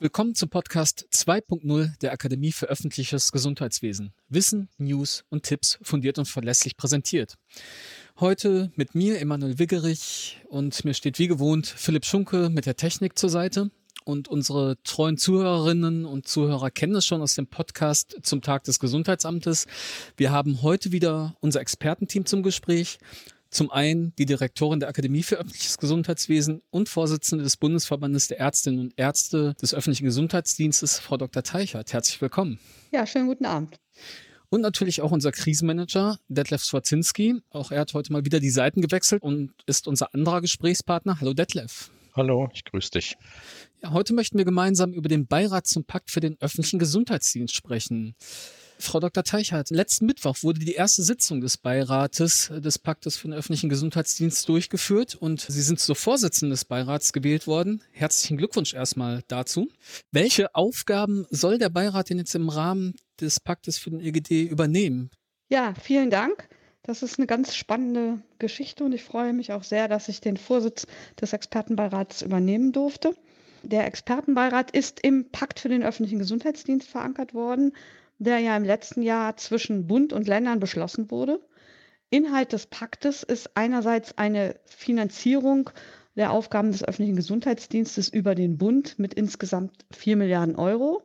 Willkommen zum Podcast 2.0 der Akademie für öffentliches Gesundheitswesen. Wissen, News und Tipps fundiert und verlässlich präsentiert. Heute mit mir, Emanuel Wiggerich, und mir steht wie gewohnt Philipp Schunke mit der Technik zur Seite. Und unsere treuen Zuhörerinnen und Zuhörer kennen es schon aus dem Podcast zum Tag des Gesundheitsamtes. Wir haben heute wieder unser Expertenteam zum Gespräch. Zum einen die Direktorin der Akademie für öffentliches Gesundheitswesen und Vorsitzende des Bundesverbandes der Ärztinnen und Ärzte des öffentlichen Gesundheitsdienstes, Frau Dr. Teichert. Herzlich willkommen. Ja, schönen guten Abend. Und natürlich auch unser Krisenmanager, Detlef Swarzinski. Auch er hat heute mal wieder die Seiten gewechselt und ist unser anderer Gesprächspartner. Hallo Detlef. Hallo, ich grüße dich. Ja, heute möchten wir gemeinsam über den Beirat zum Pakt für den öffentlichen Gesundheitsdienst sprechen. Frau Dr. Teichert, letzten Mittwoch wurde die erste Sitzung des Beirates des Paktes für den öffentlichen Gesundheitsdienst durchgeführt und Sie sind zur Vorsitzenden des Beirats gewählt worden. Herzlichen Glückwunsch erstmal dazu. Welche Aufgaben soll der Beirat denn jetzt im Rahmen des Paktes für den EGD übernehmen? Ja, vielen Dank. Das ist eine ganz spannende Geschichte und ich freue mich auch sehr, dass ich den Vorsitz des Expertenbeirats übernehmen durfte. Der Expertenbeirat ist im Pakt für den öffentlichen Gesundheitsdienst verankert worden, der ja im letzten Jahr zwischen Bund und Ländern beschlossen wurde. Inhalt des Paktes ist einerseits eine Finanzierung der Aufgaben des öffentlichen Gesundheitsdienstes über den Bund mit insgesamt 4 Milliarden Euro.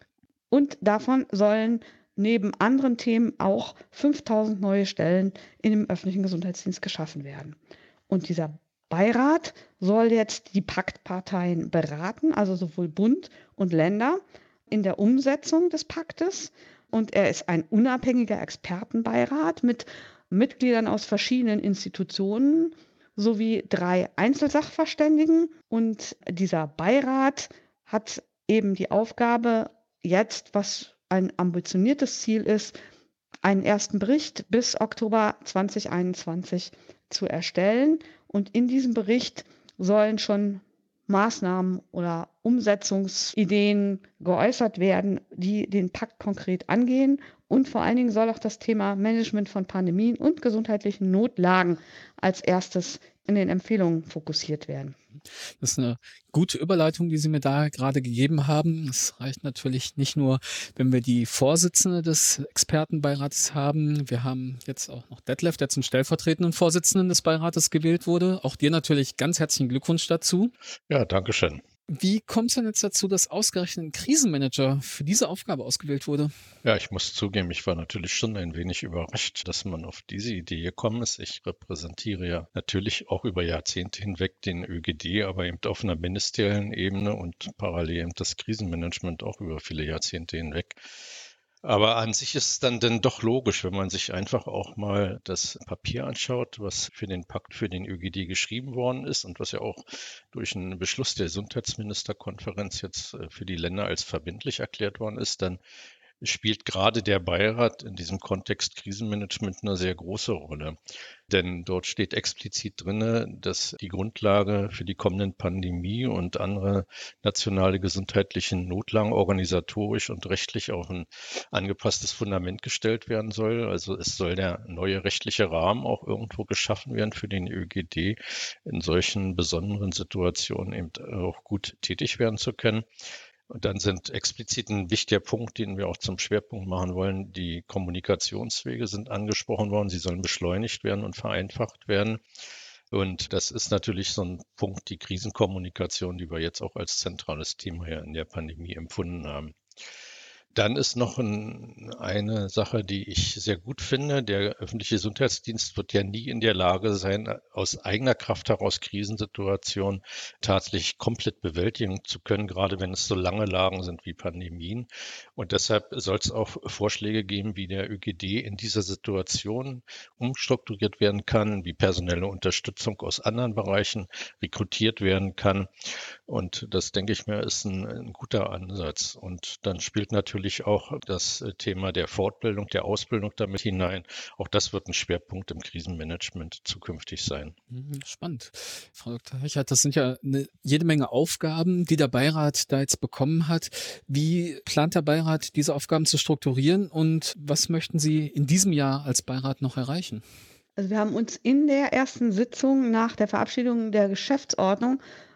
Und davon sollen neben anderen Themen auch 5.000 neue Stellen in dem öffentlichen Gesundheitsdienst geschaffen werden. Und dieser Beirat soll jetzt die Paktparteien beraten, also sowohl Bund und Länder, in der Umsetzung des Paktes. Und er ist ein unabhängiger Expertenbeirat mit Mitgliedern aus verschiedenen Institutionen sowie 3 Einzelsachverständigen. Und dieser Beirat hat eben die Aufgabe, jetzt, was ein ambitioniertes Ziel ist, einen ersten Bericht bis Oktober 2021 zu erstellen. Und in diesem Bericht sollen schon Maßnahmen oder Umsetzungsideen geäußert werden, die den Pakt konkret angehen. Und vor allen Dingen soll auch das Thema Management von Pandemien und gesundheitlichen Notlagen als erstes in den Empfehlungen fokussiert werden. Das ist eine gute Überleitung, die Sie mir da gerade gegeben haben. Es reicht natürlich nicht nur, wenn wir die Vorsitzende des Expertenbeirats haben. Wir haben jetzt auch noch Detlef, der zum stellvertretenden Vorsitzenden des Beirates gewählt wurde. Auch dir natürlich ganz herzlichen Glückwunsch dazu. Ja, danke schön. Wie kommt es denn jetzt dazu, dass ausgerechnet ein Krisenmanager für diese Aufgabe ausgewählt wurde? Ja, ich muss zugeben, ich war natürlich schon ein wenig überrascht, dass man auf diese Idee gekommen ist. Ich repräsentiere ja natürlich auch über Jahrzehnte hinweg den ÖGD, aber eben auf einer ministeriellen Ebene und parallel eben das Krisenmanagement auch über viele Jahrzehnte hinweg. Aber an sich ist es dann doch logisch, wenn man sich einfach auch mal das Papier anschaut, was für den Pakt für den ÖGD geschrieben worden ist und was ja auch durch einen Beschluss der Gesundheitsministerkonferenz jetzt für die Länder als verbindlich erklärt worden ist, dann spielt gerade der Beirat in diesem Kontext Krisenmanagement eine sehr große Rolle. Denn dort steht explizit drin, dass die Grundlage für die kommenden Pandemie und andere nationale gesundheitliche Notlagen organisatorisch und rechtlich auf ein angepasstes Fundament gestellt werden soll. Also es soll der neue rechtliche Rahmen auch irgendwo geschaffen werden für den ÖGD, in solchen besonderen Situationen eben auch gut tätig werden zu können. Und dann sind explizit ein wichtiger Punkt, den wir auch zum Schwerpunkt machen wollen, die Kommunikationswege sind angesprochen worden. Sie sollen beschleunigt werden und vereinfacht werden. Und das ist natürlich so ein Punkt, die Krisenkommunikation, die wir jetzt auch als zentrales Thema hier in der Pandemie empfunden haben. Dann ist noch eine Sache, die ich sehr gut finde. Der öffentliche Gesundheitsdienst wird ja nie in der Lage sein, aus eigener Kraft heraus Krisensituationen tatsächlich komplett bewältigen zu können, gerade wenn es so lange Lagen sind wie Pandemien. Und deshalb soll es auch Vorschläge geben, wie der ÖGD in dieser Situation umstrukturiert werden kann, wie personelle Unterstützung aus anderen Bereichen rekrutiert werden kann. Und das, denke ich mir, ist ein guter Ansatz. Und dann spielt natürlich auch das Thema der Fortbildung, der Ausbildung damit hinein. Auch das wird ein Schwerpunkt im Krisenmanagement zukünftig sein. Spannend. Frau Dr. Teichert, das sind ja jede Menge Aufgaben, die der Beirat da jetzt bekommen hat. Wie plant der Beirat, diese Aufgaben zu strukturieren und was möchten Sie in diesem Jahr als Beirat noch erreichen? Also wir haben uns in der ersten Sitzung nach der Verabschiedung der Geschäftsordnung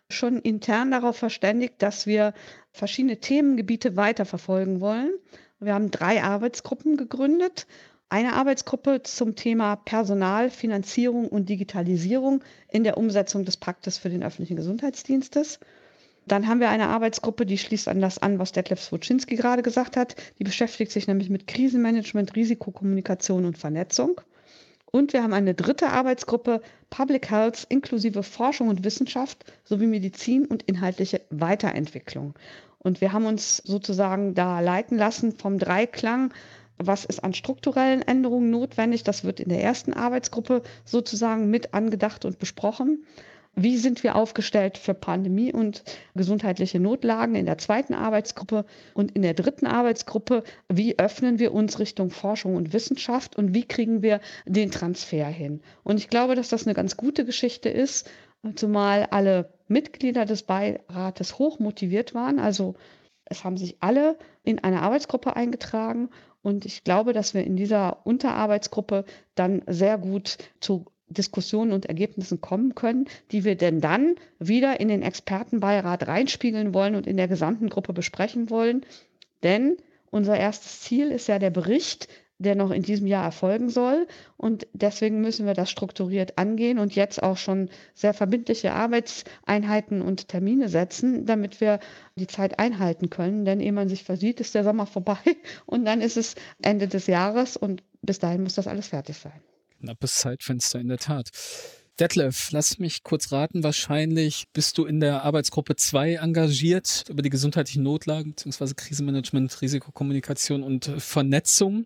schon intern darauf verständigt, dass wir verschiedene Themengebiete weiterverfolgen wollen. Wir haben 3 Arbeitsgruppen gegründet. Eine Arbeitsgruppe zum Thema Personal, Finanzierung und Digitalisierung in der Umsetzung des Paktes für den öffentlichen Gesundheitsdienstes. Dann haben wir eine Arbeitsgruppe, die schließt an das an, was Detlef Swoczynski gerade gesagt hat. Die beschäftigt sich nämlich mit Krisenmanagement, Risikokommunikation und Vernetzung. Und wir haben eine 3. Arbeitsgruppe, Public Health inklusive Forschung und Wissenschaft sowie Medizin und inhaltliche Weiterentwicklung. Und wir haben uns sozusagen da leiten lassen vom Dreiklang. Was ist an strukturellen Änderungen notwendig? Das wird in der ersten Arbeitsgruppe sozusagen mit angedacht und besprochen. Wie sind wir aufgestellt für Pandemie und gesundheitliche Notlagen in der 2. Arbeitsgruppe? Und in der 3. Arbeitsgruppe, wie öffnen wir uns Richtung Forschung und Wissenschaft und wie kriegen wir den Transfer hin? Und ich glaube, dass das eine ganz gute Geschichte ist, zumal alle Mitglieder des Beirates hoch motiviert waren. Also es haben sich alle in eine Arbeitsgruppe eingetragen und ich glaube, dass wir in dieser Unterarbeitsgruppe dann sehr gut zu Diskussionen und Ergebnissen kommen können, die wir denn dann wieder in den Expertenbeirat reinspiegeln wollen und in der gesamten Gruppe besprechen wollen. Denn unser erstes Ziel ist ja der Bericht, der noch in diesem Jahr erfolgen soll. Und deswegen müssen wir das strukturiert angehen und jetzt auch schon sehr verbindliche Arbeitseinheiten und Termine setzen, damit wir die Zeit einhalten können. Denn ehe man sich versieht, ist der Sommer vorbei und dann ist es Ende des Jahres und bis dahin muss das alles fertig sein. Knappes Zeitfenster in der Tat. Detlef, lass mich kurz raten, wahrscheinlich bist du in der Arbeitsgruppe 2 engagiert über die gesundheitlichen Notlagen bzw. Krisenmanagement, Risikokommunikation und Vernetzung.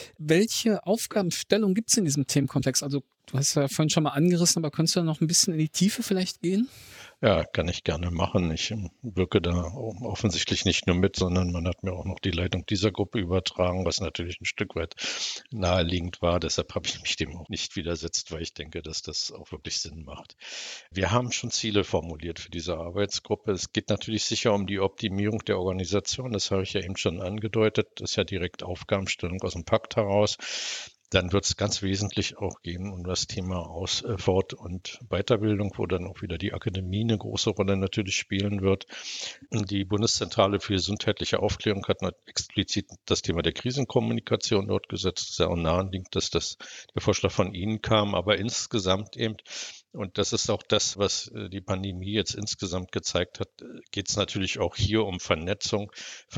Welche Aufgabenstellung gibt es in diesem Themenkomplex? Also du hast ja vorhin schon mal angerissen, aber könntest du da noch ein bisschen in die Tiefe vielleicht gehen? Ja, kann ich gerne machen. Ich wirke da offensichtlich nicht nur mit, sondern man hat mir auch noch die Leitung dieser Gruppe übertragen, was natürlich ein Stück weit naheliegend war. Deshalb habe ich mich dem auch nicht widersetzt, weil ich denke, dass das auch wirklich Sinn macht. Wir haben schon Ziele formuliert für diese Arbeitsgruppe. Es geht natürlich sicher um die Optimierung der Organisation. Das habe ich ja eben schon angedeutet. Das ist ja direkt Aufgabenstellung aus dem Pakt heraus. Dann wird es ganz wesentlich auch gehen um das Thema Fort- und Weiterbildung, wo dann auch wieder die Akademie eine große Rolle natürlich spielen wird. Und die Bundeszentrale für gesundheitliche Aufklärung hat explizit das Thema der Krisenkommunikation dort gesetzt. Es ist ja auch naheliegend, dass der Vorschlag von Ihnen kam, aber insgesamt eben, und das ist auch das, was die Pandemie jetzt insgesamt gezeigt hat, geht es natürlich auch hier um Vernetzung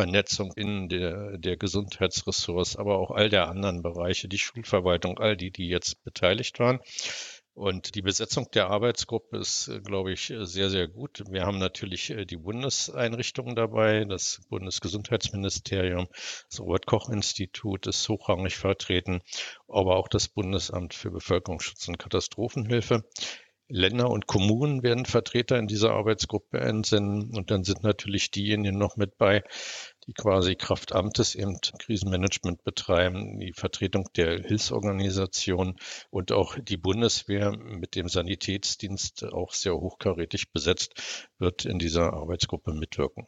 in der Gesundheitsressource, aber auch all der anderen Bereiche, die Schulverwaltung, all die jetzt beteiligt waren. Und die Besetzung der Arbeitsgruppe ist, glaube ich, sehr, sehr gut. Wir haben natürlich die Bundeseinrichtungen dabei, das Bundesgesundheitsministerium, das Robert-Koch-Institut ist hochrangig vertreten, aber auch das Bundesamt für Bevölkerungsschutz und Katastrophenhilfe. Länder und Kommunen werden Vertreter in dieser Arbeitsgruppe entsenden und dann sind natürlich diejenigen noch mit bei, die quasi Kraft Amtes eben Krisenmanagement betreiben, die Vertretung der Hilfsorganisation und auch die Bundeswehr mit dem Sanitätsdienst, auch sehr hochkarätig besetzt, wird in dieser Arbeitsgruppe mitwirken.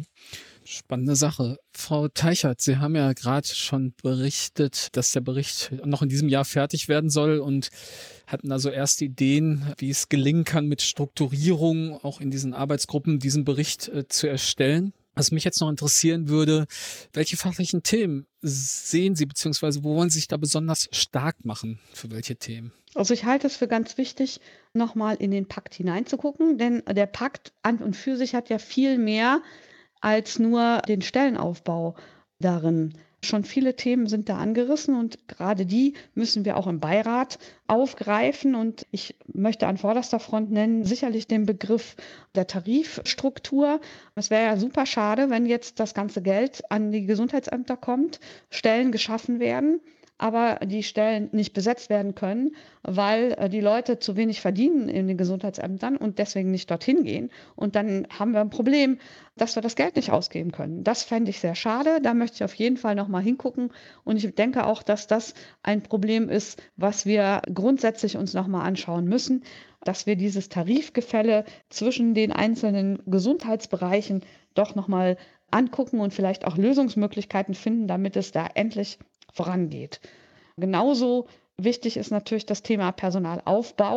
Spannende Sache. Frau Teichert, Sie haben ja gerade schon berichtet, dass der Bericht noch in diesem Jahr fertig werden soll und hatten also erste Ideen, wie es gelingen kann, mit Strukturierung auch in diesen Arbeitsgruppen diesen Bericht zu erstellen. Was mich jetzt noch interessieren würde, welche fachlichen Themen sehen Sie, beziehungsweise wo wollen Sie sich da besonders stark machen? Für welche Themen? Also ich halte es für ganz wichtig, nochmal in den Pakt hineinzugucken, denn der Pakt an und für sich hat ja viel mehr als nur den Stellenaufbau darin. Schon viele Themen sind da angerissen und gerade die müssen wir auch im Beirat aufgreifen. Und ich möchte an vorderster Front nennen sicherlich den Begriff der Tarifstruktur. Es wäre ja super schade, wenn jetzt das ganze Geld an die Gesundheitsämter kommt, Stellen geschaffen werden, aber die Stellen nicht besetzt werden können, weil die Leute zu wenig verdienen in den Gesundheitsämtern und deswegen nicht dorthin gehen. Und dann haben wir ein Problem, dass wir das Geld nicht ausgeben können. Das fände ich sehr schade. Da möchte ich auf jeden Fall nochmal hingucken. Und ich denke auch, dass das ein Problem ist, was wir grundsätzlich uns nochmal anschauen müssen, dass wir dieses Tarifgefälle zwischen den einzelnen Gesundheitsbereichen doch nochmal angucken und vielleicht auch Lösungsmöglichkeiten finden, damit es da endlich vorangeht. Genauso wichtig ist natürlich das Thema Personalaufbau.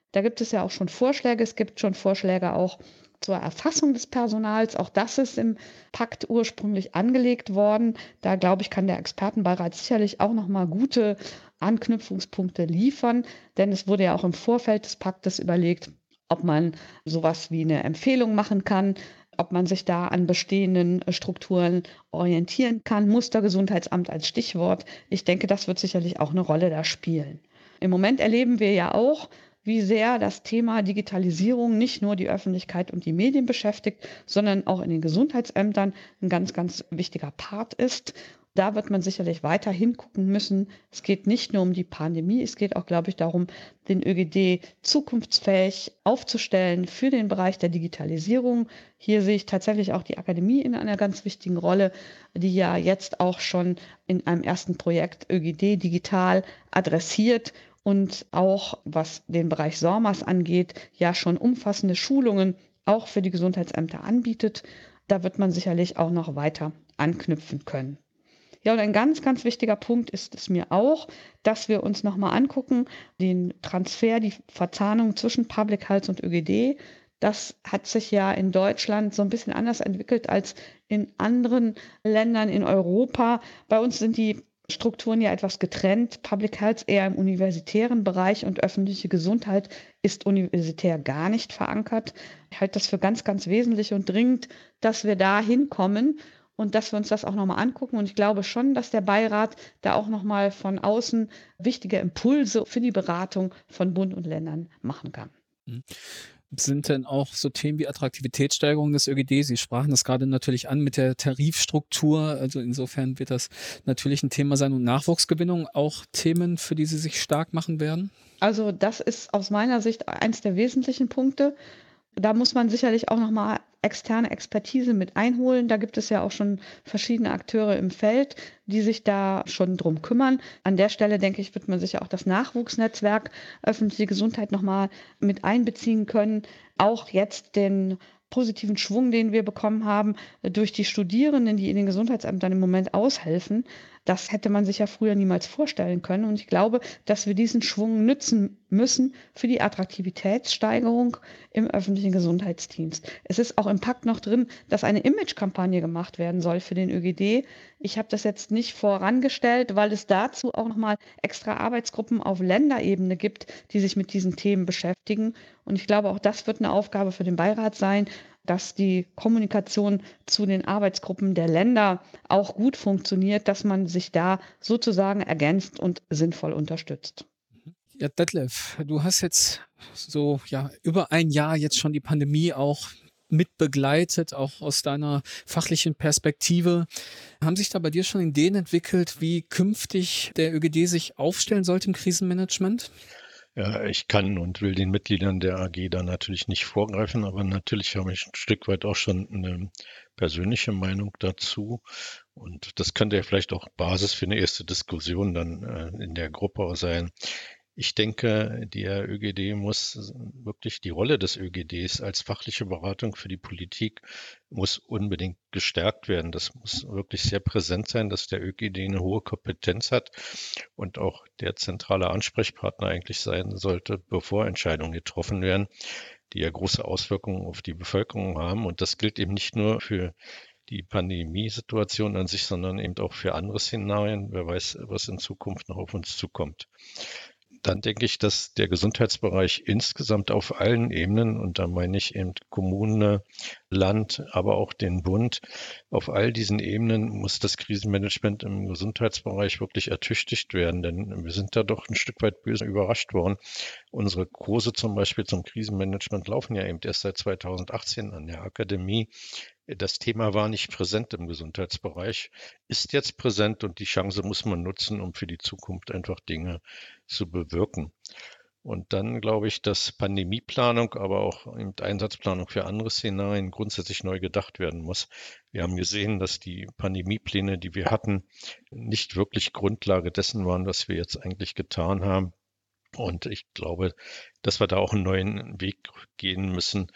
Da gibt es ja auch schon Vorschläge. Es gibt schon Vorschläge auch zur Erfassung des Personals. Auch das ist im Pakt ursprünglich angelegt worden. Da, glaube ich, kann der Expertenbeirat sicherlich auch noch mal gute Anknüpfungspunkte liefern, denn es wurde ja auch im Vorfeld des Paktes überlegt, ob man sowas wie eine Empfehlung machen kann, ob man sich da an bestehenden Strukturen orientieren kann. Mustergesundheitsamt als Stichwort. Ich denke, das wird sicherlich auch eine Rolle da spielen. Im Moment erleben wir ja auch, wie sehr das Thema Digitalisierung nicht nur die Öffentlichkeit und die Medien beschäftigt, sondern auch in den Gesundheitsämtern ein ganz, ganz wichtiger Part ist. Da wird man sicherlich weiter hingucken müssen. Es geht nicht nur um die Pandemie, es geht auch, glaube ich, darum, den ÖGD zukunftsfähig aufzustellen für den Bereich der Digitalisierung. Hier sehe ich tatsächlich auch die Akademie in einer ganz wichtigen Rolle, die ja jetzt auch schon in einem ersten Projekt ÖGD digital adressiert und auch, was den Bereich SORMAS angeht, ja schon umfassende Schulungen auch für die Gesundheitsämter anbietet. Da wird man sicherlich auch noch weiter anknüpfen können. Ja, und ein ganz, ganz wichtiger Punkt ist es mir auch, dass wir uns nochmal angucken, den Transfer, die Verzahnung zwischen Public Health und ÖGD. Das hat sich ja in Deutschland so ein bisschen anders entwickelt als in anderen Ländern in Europa. Bei uns sind die Strukturen ja etwas getrennt. Public Health eher im universitären Bereich und öffentliche Gesundheit ist universitär gar nicht verankert. Ich halte das für ganz, ganz wesentlich und dringend, dass wir da hinkommen und dass wir uns das auch nochmal angucken. Und ich glaube schon, dass der Beirat da auch nochmal von außen wichtige Impulse für die Beratung von Bund und Ländern machen kann. Sind denn auch so Themen wie Attraktivitätssteigerung des ÖGD? Sie sprachen das gerade natürlich an mit der Tarifstruktur. Also insofern wird das natürlich ein Thema sein und Nachwuchsgewinnung auch Themen, für die Sie sich stark machen werden? Also das ist aus meiner Sicht eins der wesentlichen Punkte. Da muss man sicherlich auch nochmal externe Expertise mit einholen. Da gibt es ja auch schon verschiedene Akteure im Feld, die sich da schon drum kümmern. An der Stelle, denke ich, wird man sicher auch das Nachwuchsnetzwerk öffentliche Gesundheit nochmal mit einbeziehen können. Auch jetzt den positiven Schwung, den wir bekommen haben durch die Studierenden, die in den Gesundheitsämtern im Moment aushelfen. Das hätte man sich ja früher niemals vorstellen können. Und ich glaube, dass wir diesen Schwung nützen müssen für die Attraktivitätssteigerung im öffentlichen Gesundheitsdienst. Es ist auch im Pakt noch drin, dass eine Imagekampagne gemacht werden soll für den ÖGD. Ich habe das jetzt nicht vorangestellt, weil es dazu auch nochmal extra Arbeitsgruppen auf Länderebene gibt, die sich mit diesen Themen beschäftigen. Und ich glaube, auch das wird eine Aufgabe für den Beirat sein, dass die Kommunikation zu den Arbeitsgruppen der Länder auch gut funktioniert, dass man sich da sozusagen ergänzt und sinnvoll unterstützt. Ja, Detlef, du hast jetzt so über ein Jahr jetzt schon die Pandemie auch mit begleitet, auch aus deiner fachlichen Perspektive. Haben sich da bei dir schon Ideen entwickelt, wie künftig der ÖGD sich aufstellen sollte im Krisenmanagement? Ja, ich kann und will den Mitgliedern der AG da natürlich nicht vorgreifen, aber natürlich habe ich ein Stück weit auch schon eine persönliche Meinung dazu. Und das könnte ja vielleicht auch Basis für eine erste Diskussion dann in der Gruppe sein. Ich denke, der ÖGD muss wirklich die Rolle des ÖGDs als fachliche Beratung für die Politik muss unbedingt gestärkt werden. Das muss wirklich sehr präsent sein, dass der ÖGD eine hohe Kompetenz hat und auch der zentrale Ansprechpartner eigentlich sein sollte, bevor Entscheidungen getroffen werden, die ja große Auswirkungen auf die Bevölkerung haben. Und das gilt eben nicht nur für die Pandemiesituation an sich, sondern eben auch für andere Szenarien. Wer weiß, was in Zukunft noch auf uns zukommt. Dann denke ich, dass der Gesundheitsbereich insgesamt auf allen Ebenen, und da meine ich eben Kommune, Land, aber auch den Bund, auf all diesen Ebenen muss das Krisenmanagement im Gesundheitsbereich wirklich ertüchtigt werden, denn wir sind da doch ein Stück weit böse überrascht worden. Unsere Kurse zum Beispiel zum Krisenmanagement laufen ja eben erst seit 2018 an der Akademie. Das Thema war nicht präsent im Gesundheitsbereich, ist jetzt präsent und die Chance muss man nutzen, um für die Zukunft einfach Dinge zu bewirken. Und dann glaube ich, dass Pandemieplanung, aber auch eben Einsatzplanung für andere Szenarien grundsätzlich neu gedacht werden muss. Wir haben gesehen, dass die Pandemiepläne, die wir hatten, nicht wirklich Grundlage dessen waren, was wir jetzt eigentlich getan haben. Und ich glaube, dass wir da auch einen neuen Weg gehen müssen.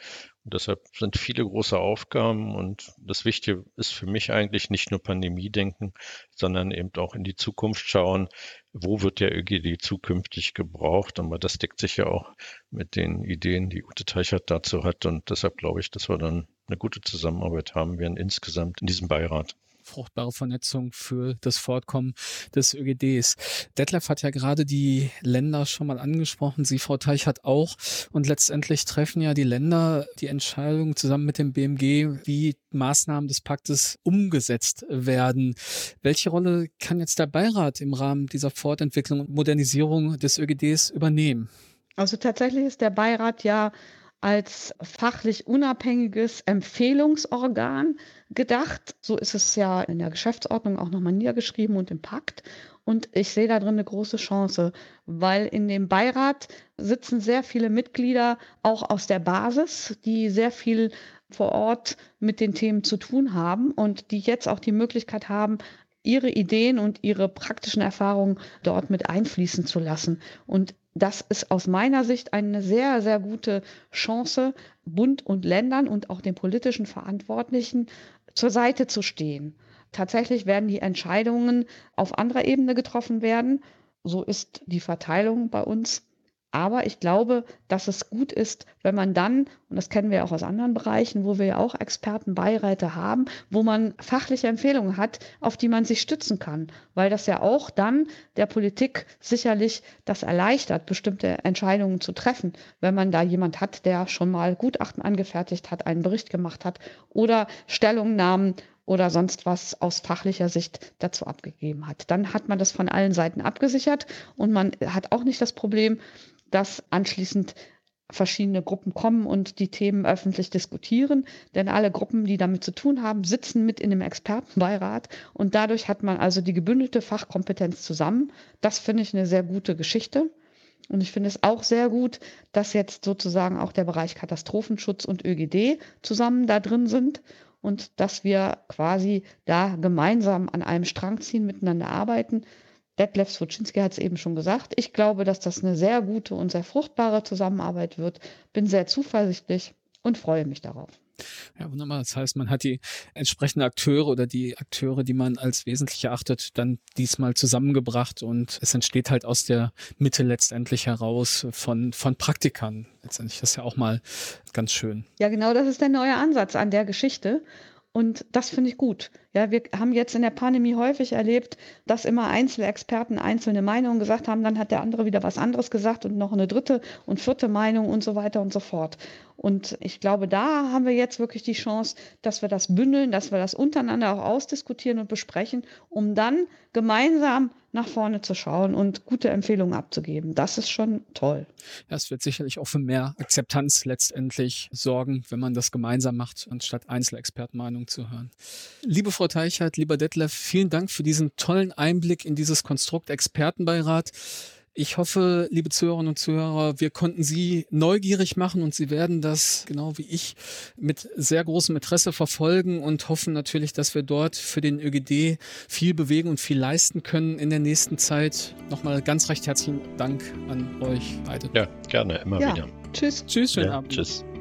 Und deshalb sind viele große Aufgaben und das Wichtige ist für mich eigentlich nicht nur Pandemie-Denken, sondern eben auch in die Zukunft schauen, wo wird der ÖGD zukünftig gebraucht. Aber das deckt sich ja auch mit den Ideen, die Ute Teichert dazu hat. Und deshalb glaube ich, dass wir dann eine gute Zusammenarbeit haben werden insgesamt in diesem Beirat. Fruchtbare Vernetzung für das Fortkommen des ÖGDs. Detlef hat ja gerade die Länder schon mal angesprochen, Sie, Frau Teichert, auch. Und letztendlich treffen ja die Länder die Entscheidung zusammen mit dem BMG, wie Maßnahmen des Paktes umgesetzt werden. Welche Rolle kann jetzt der Beirat im Rahmen dieser Fortentwicklung und Modernisierung des ÖGDs übernehmen? Also tatsächlich ist der Beirat ja als fachlich unabhängiges Empfehlungsorgan gedacht. So ist es ja in der Geschäftsordnung auch nochmal niedergeschrieben und im Pakt. Und ich sehe da drin eine große Chance, weil in dem Beirat sitzen sehr viele Mitglieder auch aus der Basis, die sehr viel vor Ort mit den Themen zu tun haben und die jetzt auch die Möglichkeit haben, ihre Ideen und ihre praktischen Erfahrungen dort mit einfließen zu lassen. Und das ist aus meiner Sicht eine sehr, sehr gute Chance, Bund und Ländern und auch den politischen Verantwortlichen zur Seite zu stehen. Tatsächlich werden die Entscheidungen auf anderer Ebene getroffen werden. So ist die Verteilung bei uns. Aber ich glaube, dass es gut ist, wenn man dann, und das kennen wir auch aus anderen Bereichen, wo wir ja auch Expertenbeiräte haben, wo man fachliche Empfehlungen hat, auf die man sich stützen kann, weil das ja auch dann der Politik sicherlich das erleichtert, bestimmte Entscheidungen zu treffen, wenn man da jemand hat, der schon mal Gutachten angefertigt hat, einen Bericht gemacht hat oder Stellungnahmen oder sonst was aus fachlicher Sicht dazu abgegeben hat. Dann hat man das von allen Seiten abgesichert und man hat auch nicht das Problem, dass anschließend verschiedene Gruppen kommen und die Themen öffentlich diskutieren. Denn alle Gruppen, die damit zu tun haben, sitzen mit in dem Expertenbeirat und dadurch hat man also die gebündelte Fachkompetenz zusammen. Das finde ich eine sehr gute Geschichte. Und ich finde es auch sehr gut, dass jetzt sozusagen auch der Bereich Katastrophenschutz und ÖGD zusammen da drin sind und dass wir quasi da gemeinsam an einem Strang ziehen, miteinander arbeiten. Detlef Swuczynski hat es eben schon gesagt. Ich glaube, dass das eine sehr gute und sehr fruchtbare Zusammenarbeit wird. Bin sehr zuversichtlich und freue mich darauf. Ja, wunderbar. Das heißt, man hat die entsprechenden Akteure oder die Akteure, die man als wesentlich erachtet, dann diesmal zusammengebracht und es entsteht halt aus der Mitte letztendlich heraus von Praktikern. Letztendlich, das ist ja auch mal ganz schön. Ja, genau, das ist der neue Ansatz an der Geschichte. Und das finde ich gut. Ja, wir haben jetzt in der Pandemie häufig erlebt, dass immer Einzelexperten einzelne Meinungen gesagt haben, dann hat der andere wieder was anderes gesagt und noch eine dritte und vierte Meinung und so weiter und so fort. Und ich glaube, da haben wir jetzt wirklich die Chance, dass wir das bündeln, dass wir das untereinander auch ausdiskutieren und besprechen, um dann gemeinsam nach vorne zu schauen und gute Empfehlungen abzugeben. Das ist schon toll. Ja, es wird sicherlich auch für mehr Akzeptanz letztendlich sorgen, wenn man das gemeinsam macht, anstatt Einzelexpertenmeinungen zu hören. Liebe Frau Teichert, lieber Detlef, vielen Dank für diesen tollen Einblick in dieses Konstrukt Expertenbeirat. Ich hoffe, liebe Zuhörerinnen und Zuhörer, wir konnten Sie neugierig machen und Sie werden das, genau wie ich, mit sehr großem Interesse verfolgen und hoffen natürlich, dass wir dort für den ÖGD viel bewegen und viel leisten können in der nächsten Zeit. Nochmal ganz recht herzlichen Dank an euch beide. Ja, gerne, immer wieder. Tschüss. Tschüss, schönen Ja, Abend. tschüss.